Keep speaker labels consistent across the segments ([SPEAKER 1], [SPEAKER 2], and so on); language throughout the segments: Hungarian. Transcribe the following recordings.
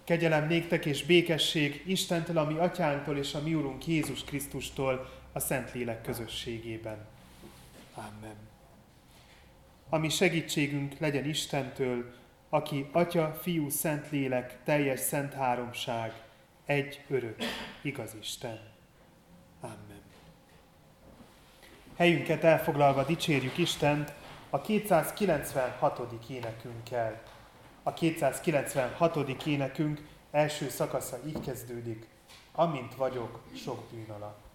[SPEAKER 1] Kegyelem néktek és békesség Istentől, a mi atyánktól és a mi Urunk Jézus Krisztustól a Szentlélek közösségében. Amen. A mi segítségünk legyen Istentől, aki Atya, Fiú, Szentlélek, teljes szent háromság, egy örök, igaz Isten. Amen. Helyünket elfoglalva dicsérjük Istent a 296. énekünkkel. A 296. énekünk első szakasza így kezdődik: amint vagyok sok bűn alatt.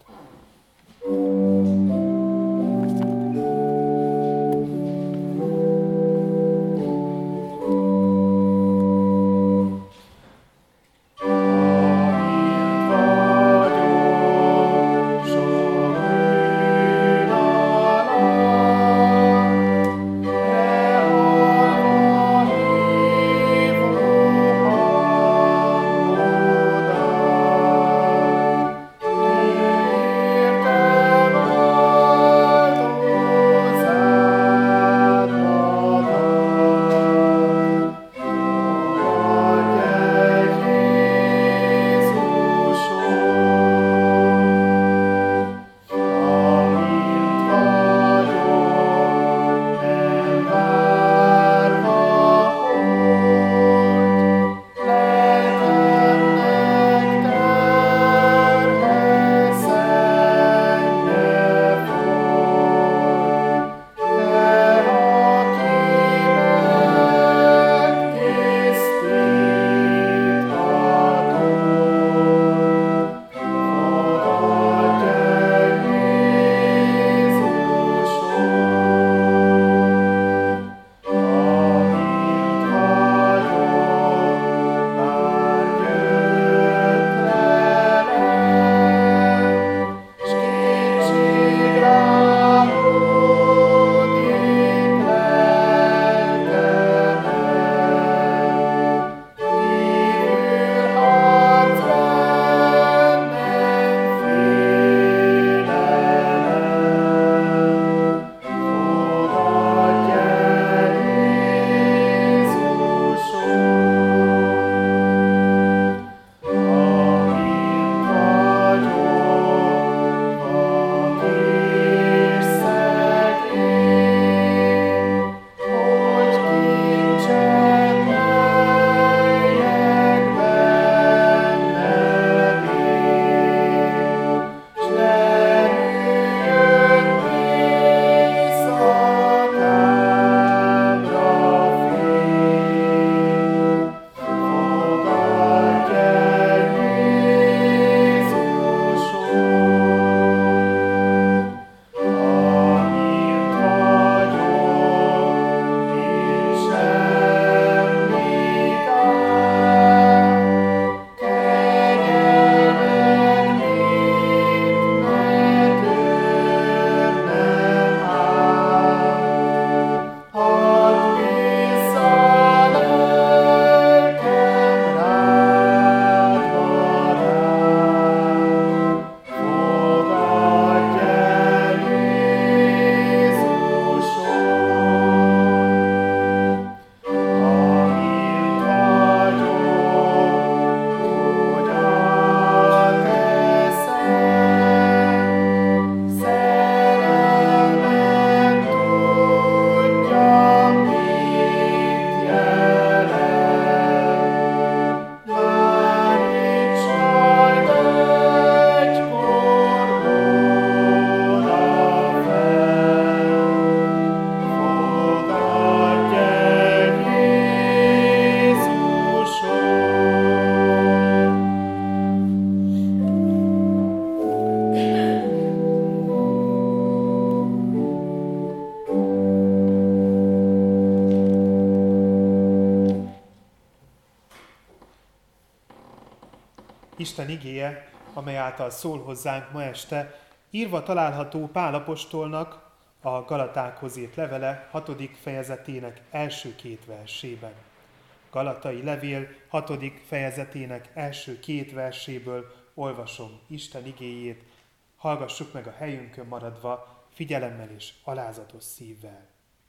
[SPEAKER 1] Isten igéje, amely által szól hozzánk ma este, írva található Pál apostolnak a Galatákhoz írt levele 6. fejezetének első 2 versében. Galatai levél 6. fejezetének első 2 verséből olvasom Isten igéjét, hallgassuk meg a helyünkön maradva, figyelemmel és alázatos szívvel.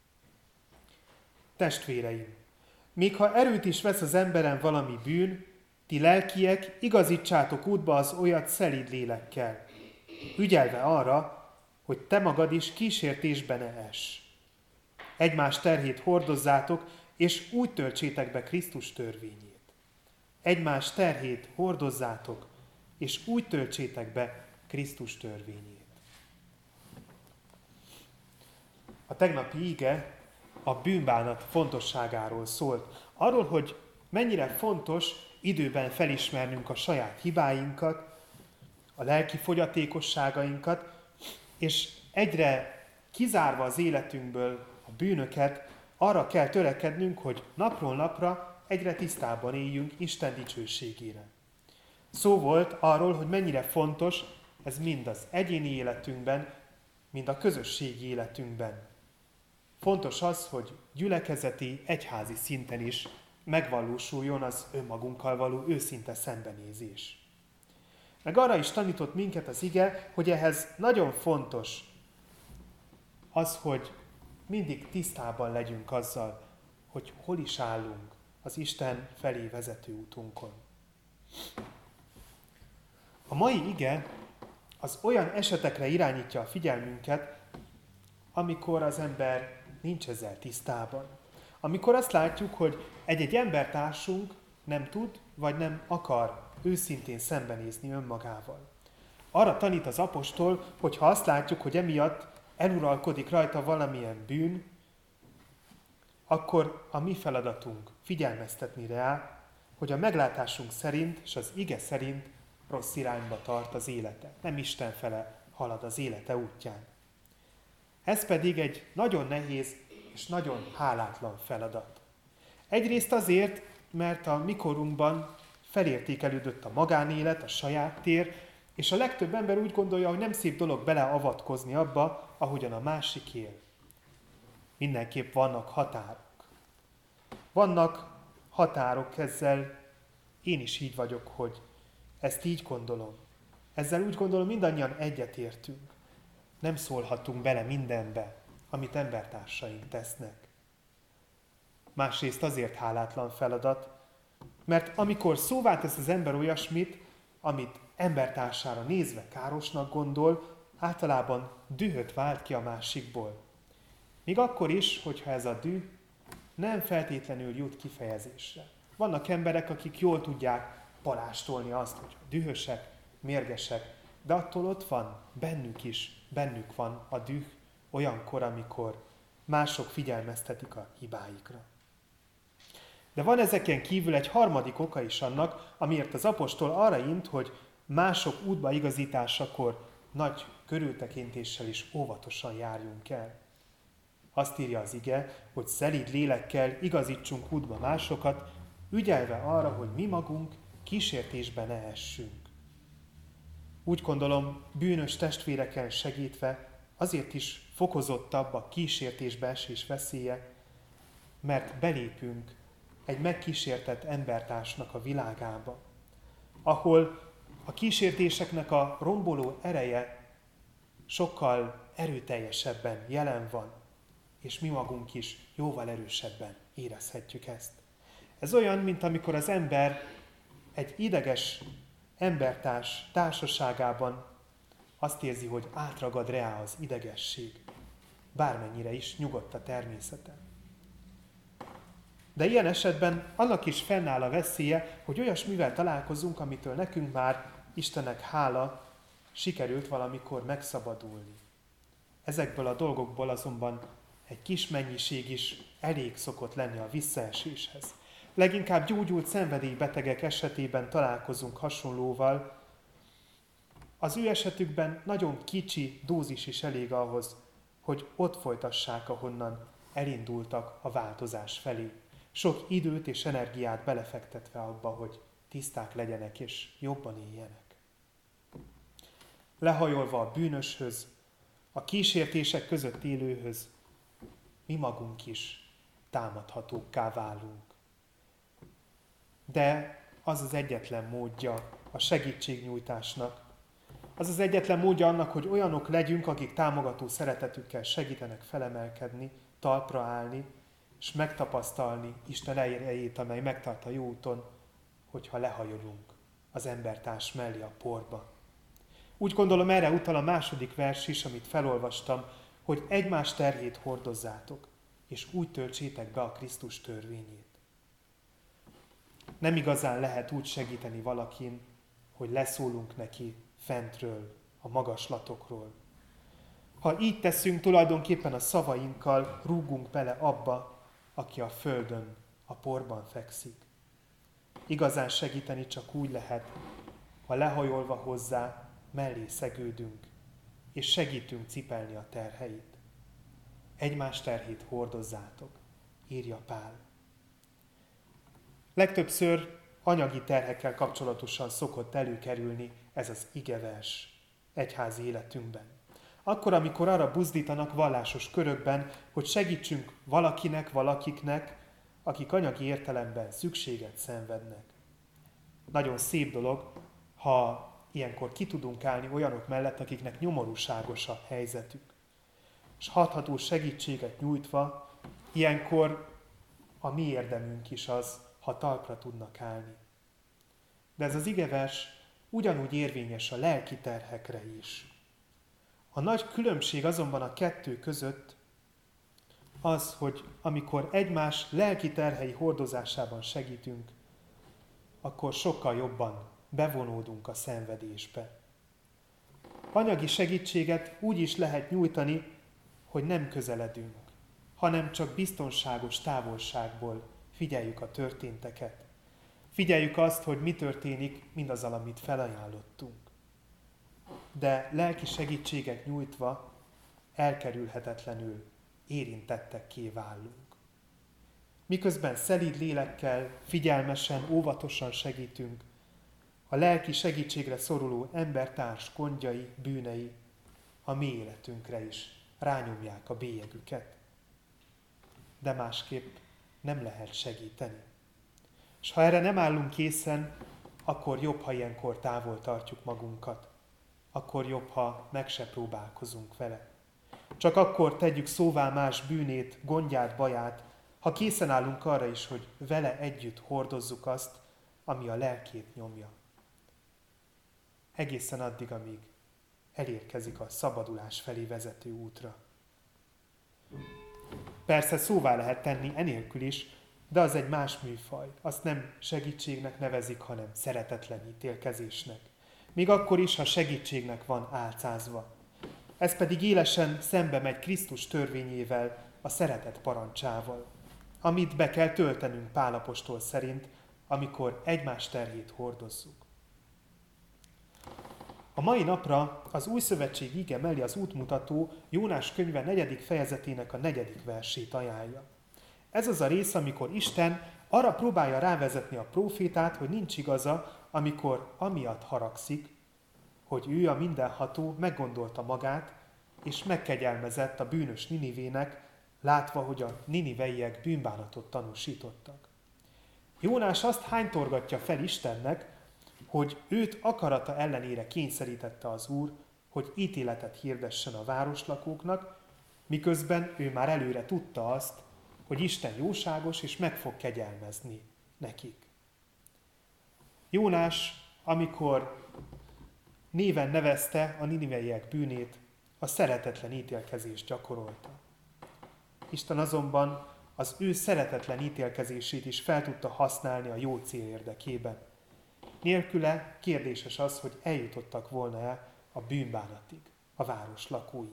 [SPEAKER 1] Testvéreim, még ha erőt is vesz az emberen valami bűn, Ti lelkiek, igazítsátok útba az olyat szelíd lélekkel, ügyelve arra, hogy te magad is kísértésbe ne ess. Egymás terhét hordozzátok, és úgy töltsétek be Krisztus törvényét. Egymás terhét hordozzátok, és úgy töltsétek be Krisztus törvényét. A tegnapi ige a bűnbánat fontosságáról szólt. Arról, hogy mennyire fontos időben felismernünk a saját hibáinkat, a lelki fogyatékosságainkat, és egyre kizárva az életünkből a bűnöket, arra kell törekednünk, hogy napról napra egyre tisztában éljünk Isten dicsőségére. Szó volt arról, hogy mennyire fontos ez mind az egyéni életünkben, mind a közösségi életünkben. Fontos az, hogy gyülekezeti, egyházi szinten is megvalósuljon az önmagunkkal való őszinte szembenézés. Meg arra is tanított minket az ige, hogy ehhez nagyon fontos az, hogy mindig tisztában legyünk azzal, hogy hol is állunk az Isten felé vezető útunkon. A mai ige az olyan esetekre irányítja a figyelmünket, amikor az ember nincs ezzel tisztában. Amikor azt látjuk, hogy egy-egy embertársunk nem tud, vagy nem akar őszintén szembenézni önmagával. Arra tanít az apostol, hogy ha azt látjuk, hogy emiatt eluralkodik rajta valamilyen bűn, akkor a mi feladatunk figyelmeztetni rá, hogy a meglátásunk szerint és az ige szerint rossz irányba tart az élete. Nem Isten fele halad az élete útján. Ez pedig egy nagyon nehéz és nagyon hálátlan feladat. Egyrészt azért, mert a mikorunkban felértékelődött a magánélet, a saját tér, és a legtöbb ember úgy gondolja, hogy nem szép dolog beleavatkozni abba, ahogyan a másik él. Mindenképp vannak határok. Vannak határok, ezzel én is így vagyok, hogy ezt így gondolom. Ezzel úgy gondolom, mindannyian egyetértünk. Nem szólhatunk bele mindenbe, amit embertársaink tesznek. Másrészt azért hálátlan feladat, mert amikor szóvá tesz az ember olyasmit, amit embertársára nézve károsnak gondol, általában dühöt vált ki a másikból. Még akkor is, hogyha ez a düh nem feltétlenül jut kifejezésre. Vannak emberek, akik jól tudják palástolni azt, hogy dühösek, mérgesek, de attól ott van, bennük van a düh olyankor, amikor mások figyelmeztetik a hibáikra. De van ezeken kívül egy harmadik oka is annak, amiért az apostol arra int, hogy mások útba igazításakor nagy körültekintéssel is óvatosan járjunk el. Azt írja az ige, hogy szelíd lélekkel igazítsunk útba másokat, ügyelve arra, hogy mi magunk kísértésbe ne essünk. Úgy gondolom, bűnös testvéreken segítve azért is fokozottabb a kísértésbe esés veszélye, mert belépünk egy megkísértett embertársnak a világába, ahol a kísértéseknek a romboló ereje sokkal erőteljesebben jelen van, és mi magunk is jóval erősebben érezhetjük ezt. Ez olyan, mint amikor az ember egy ideges embertárs társaságában azt érzi, hogy átragad rá az idegesség, bármennyire is nyugodt a természete. De ilyen esetben annak is fennáll a veszélye, hogy olyasmivel találkozunk, amitől nekünk már, Istennek hála, sikerült valamikor megszabadulni. Ezekből a dolgokból azonban egy kis mennyiség is elég szokott lenni a visszaeséshez. Leginkább gyógyult szenvedélybetegek esetében találkozunk hasonlóval. Az ő esetükben nagyon kicsi dózis is elég ahhoz, hogy ott folytassák, ahonnan elindultak a változás felé. Sok időt és energiát belefektetve abba, hogy tiszták legyenek és jobban éljenek. Lehajolva a bűnöshöz, a kísértések között élőhöz, mi magunk is támadhatókká válunk. De az az egyetlen módja a segítségnyújtásnak, az az egyetlen módja annak, hogy olyanok legyünk, akik támogató szeretetükkel segítenek felemelkedni, talpra állni, és megtapasztalni Isten erejét, amely megtart a jó úton, hogyha lehajolunk az embertárs mellé a porba. Úgy gondolom, erre utal a második vers is, amit felolvastam, hogy egymás terhét hordozzátok, és úgy töltsétek be a Krisztus törvényét. Nem igazán lehet úgy segíteni valakin, hogy leszólunk neki fentről, a magaslatokról. Ha így teszünk, tulajdonképpen a szavainkkal rúgunk bele abba, aki a földön, a porban fekszik. Igazán segíteni csak úgy lehet, ha lehajolva hozzá mellé szegődünk, és segítünk cipelni a terheit. Egymás terhét hordozzátok, írja Pál. Legtöbbször anyagi terhekkel kapcsolatosan szokott előkerülni ez az igevers egyházi életünkben. Akkor, amikor arra buzdítanak vallásos körökben, hogy segítsünk valakinek, valakiknek, akik anyagi értelemben szükséget szenvednek. Nagyon szép dolog, ha ilyenkor ki tudunk állni olyanok mellett, akiknek nyomorúságos a helyzetük. És hatható segítséget nyújtva, ilyenkor a mi érdemünk is az, ha talpra tudnak állni. De ez az igevers ugyanúgy érvényes a lelki terhekre is. A nagy különbség azonban a kettő között az, hogy amikor egymás lelki terhei hordozásában segítünk, akkor sokkal jobban bevonódunk a szenvedésbe. Anyagi segítséget úgy is lehet nyújtani, hogy nem közeledünk, hanem csak biztonságos távolságból figyeljük a történteket. Figyeljük azt, hogy mi történik mindazzal, amit felajánlottunk. De lelki segítséget nyújtva elkerülhetetlenül érintettekké válunk. Miközben szelíd lélekkel, figyelmesen, óvatosan segítünk, a lelki segítségre szoruló embertárs gondjai, bűnei a mi életünkre is rányomják a bélyegüket. De másképp nem lehet segíteni. És ha erre nem állunk készen, akkor jobb, ha ilyenkor távol tartjuk magunkat. Akkor jobb, ha meg se próbálkozunk vele. Csak akkor tegyük szóvá más bűnét, gondját, baját, ha készen állunk arra is, hogy vele együtt hordozzuk azt, ami a lelkét nyomja. Egészen addig, amíg elérkezik a szabadulás felé vezető útra. Persze szóvá lehet tenni enélkül is, de az egy más műfaj. Azt nem segítségnek nevezik, hanem szeretetlen ítélkezésnek. Még akkor is, ha segítségnek van álcázva. Ez pedig élesen szembe megy Krisztus törvényével, a szeretet parancsával, amit be kell töltenünk Pál apostol szerint, amikor egymás terhét hordozzuk. A mai napra az Új Szövetség ige mellé az útmutató Jónás könyve 4. fejezetének a 4. versét ajánlja. Ez az a rész, amikor Isten arra próbálja rávezetni a prófétát, hogy nincs igaza, amikor amiatt haragszik, hogy ő a mindenható meggondolta magát, és megkegyelmezett a bűnös Ninivének, látva, hogy a niniveiek bűnbánatot tanúsítottak. Jónás azt hánytorgatja fel Istennek, hogy őt akarata ellenére kényszerítette az Úr, hogy ítéletet hirdessen a városlakóknak, miközben ő már előre tudta azt, hogy Isten jóságos és meg fog kegyelmezni nekik. Jónás, amikor néven nevezte a niniveiek bűnét, a szeretetlen ítélkezést gyakorolta. Isten azonban az ő szeretetlen ítélkezését is fel tudta használni a jó cél érdekében. Nélküle kérdéses az, hogy eljutottak volna-e a bűnbánatig a város lakói.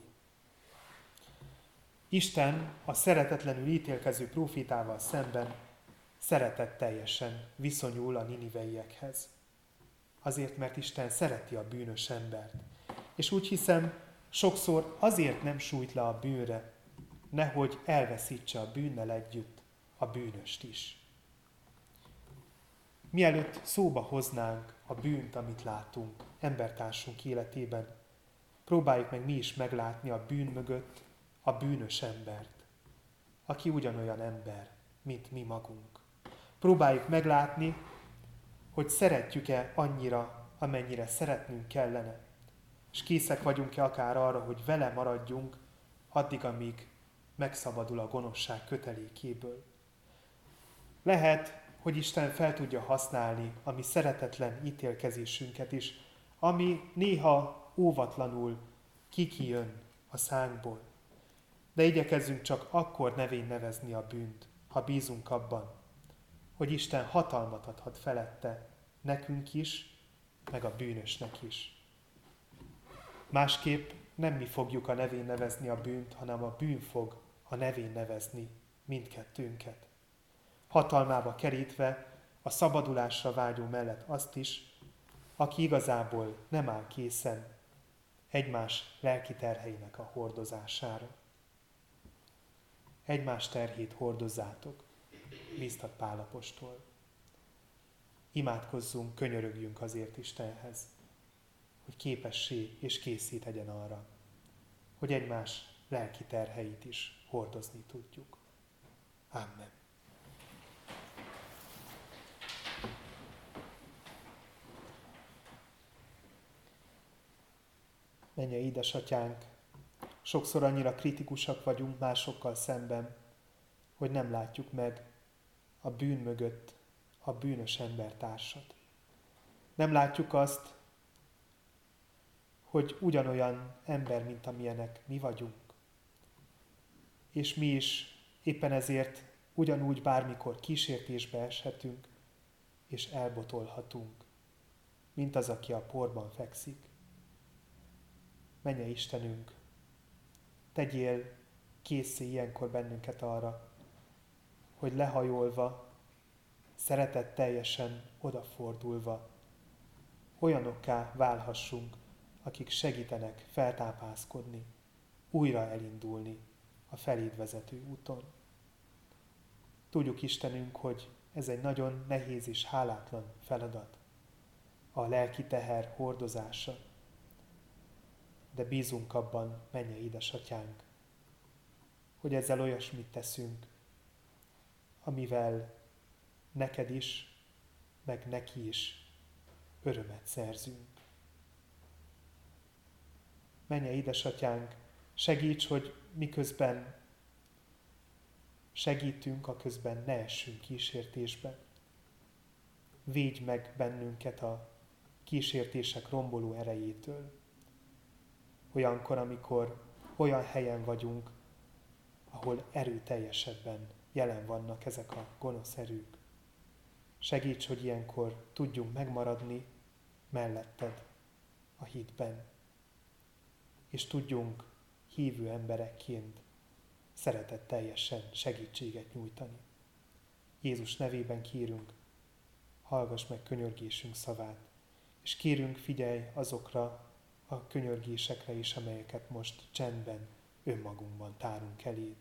[SPEAKER 1] Isten a szeretetlenül ítélkező prófétával szemben szeretetteljesen viszonyul a niniveiekhez. Azért, mert Isten szereti a bűnös embert. És úgy hiszem, sokszor azért nem sújt le a bűnre, nehogy elveszítse a bűnnel együtt a bűnöst is. Mielőtt szóba hoznánk a bűnt, amit látunk embertársunk életében, próbáljuk meg mi is meglátni a bűn mögött a bűnös embert, aki ugyanolyan ember, mint mi magunk. Próbáljuk meglátni, hogy szeretjük-e annyira, amennyire szeretnünk kellene, és készek vagyunk-e akár arra, hogy vele maradjunk, addig, amíg megszabadul a gonoszság kötelékéből. Lehet, hogy Isten fel tudja használni a mi szeretetlen ítélkezésünket is, ami néha óvatlanul kijön a szánkból. De igyekezzünk csak akkor nevén nevezni a bűnt, ha bízunk abban, hogy Isten hatalmat adhat felette nekünk is, meg a bűnösnek is. Másképp nem mi fogjuk a nevén nevezni a bűnt, hanem a bűn fog a nevén nevezni mindkettőnket. Hatalmába kerítve a szabadulásra vágyó mellett azt is, aki igazából nem áll készen egymás lelki terheinek a hordozására. Egymás terhét hordozzátok, bíztat Pál apostol. Imádkozzunk, könyörögjünk azért Istenhez, hogy képessé és készít tegyen arra, hogy egymás lelki terheit is hordozni tudjuk. Amen. Mennyei édesatyánk, sokszor annyira kritikusak vagyunk másokkal szemben, hogy nem látjuk meg a bűn mögött a bűnös embertársat. Nem látjuk azt, hogy ugyanolyan ember, mint amilyenek mi vagyunk. És mi is éppen ezért ugyanúgy bármikor kísértésbe eshetünk, és elbotolhatunk, mint az, aki a porban fekszik. Mennyei Istenünk, tegyél készé ilyenkor bennünket arra, hogy lehajolva, szeretetteljesen odafordulva, olyanokká válhassunk, akik segítenek feltápászkodni, újra elindulni a feléd vezető úton. Tudjuk Istenünk, hogy ez egy nagyon nehéz és hálátlan feladat, a lelki teher hordozása, de bízunk abban, mennyei édesatyánk, hogy ezzel olyasmit teszünk, amivel neked is, meg neki is örömet szerzünk. Mennyei édesatyánk, segíts, hogy miközben segítünk, aközben ne essünk kísértésbe. Védj meg bennünket a kísértések romboló erejétől. Olyankor, amikor olyan helyen vagyunk, ahol erőteljesebben jelen vannak ezek a gonosz erők. Segíts, hogy ilyenkor tudjunk megmaradni melletted a hitben, és tudjunk hívő emberekként szeretetteljesen segítséget nyújtani. Jézus nevében kérünk, hallgass meg könyörgésünk szavát, és kérünk, figyelj azokra a könyörgésekre is, amelyeket most csendben, önmagunkban tárunk eléd.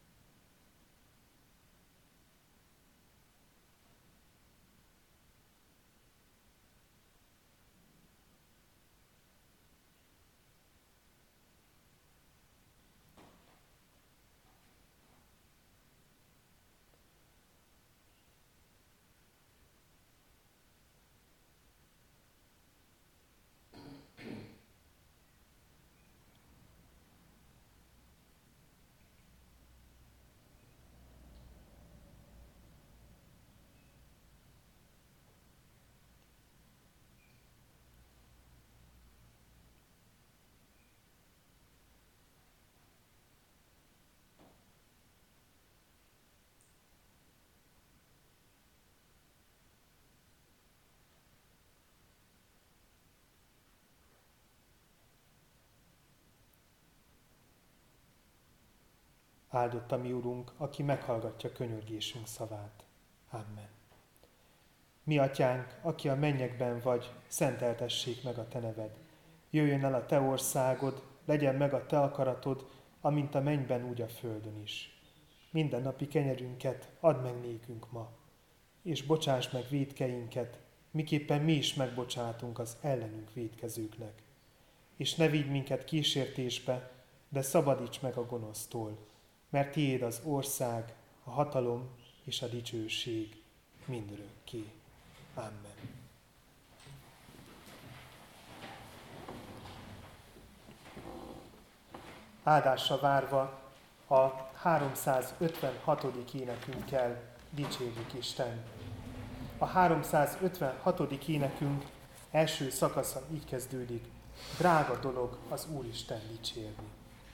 [SPEAKER 1] Áldott a mi Urunk, aki meghallgatja könyörgésünk szavát. Amen. Mi atyánk, aki a mennyekben vagy, szenteltessék meg a te neved. Jöjjön el a te országod, legyen meg a te akaratod, amint a mennyben, úgy a földön is. Minden napi kenyerünket add meg nékünk ma, és bocsáss meg vétkeinket, miképpen mi is megbocsátunk az ellenünk vétkezőknek. És ne vigy minket kísértésbe, de szabadíts meg a gonosztól, mert tiéd az ország, a hatalom és a dicsőség mindörökké. Amen. Áldásra várva a 356. énekünkkel dicsérjük Istent. a 356. énekünk első szakasza így kezdődik. Drága dolog az Úristen dicsérni.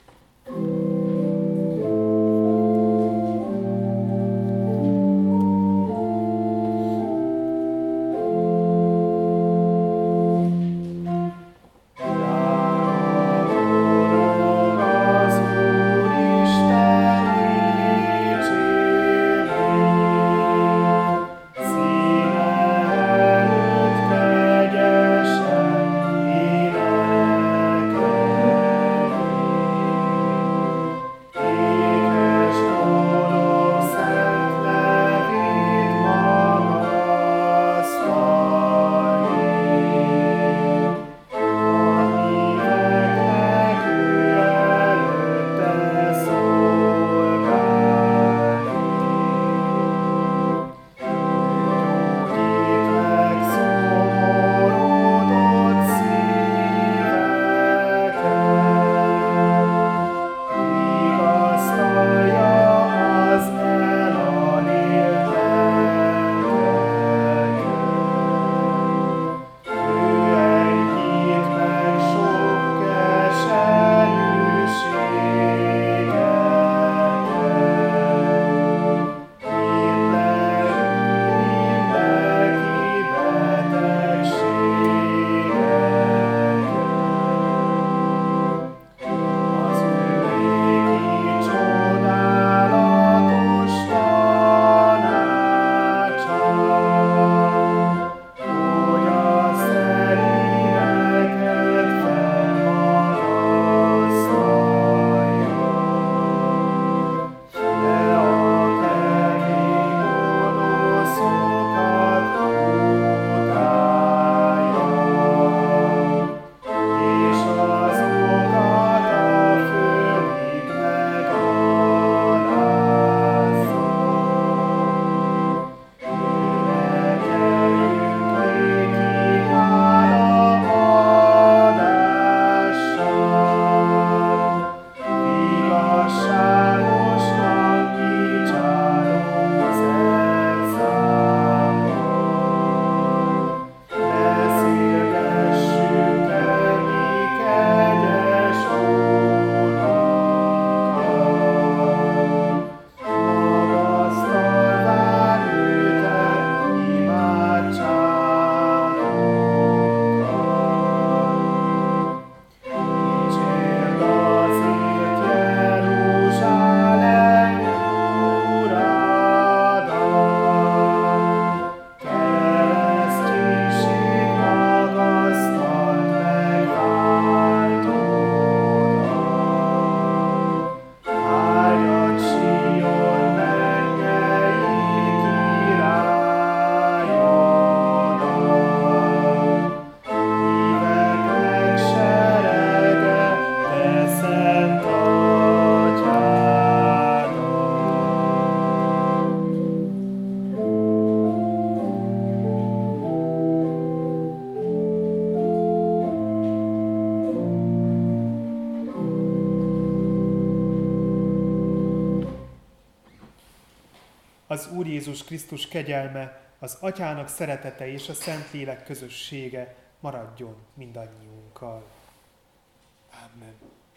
[SPEAKER 1] Az Úr Jézus Krisztus kegyelme, az Atyának szeretete és a Szentlélek közössége maradjon mindannyiunkkal. Amen.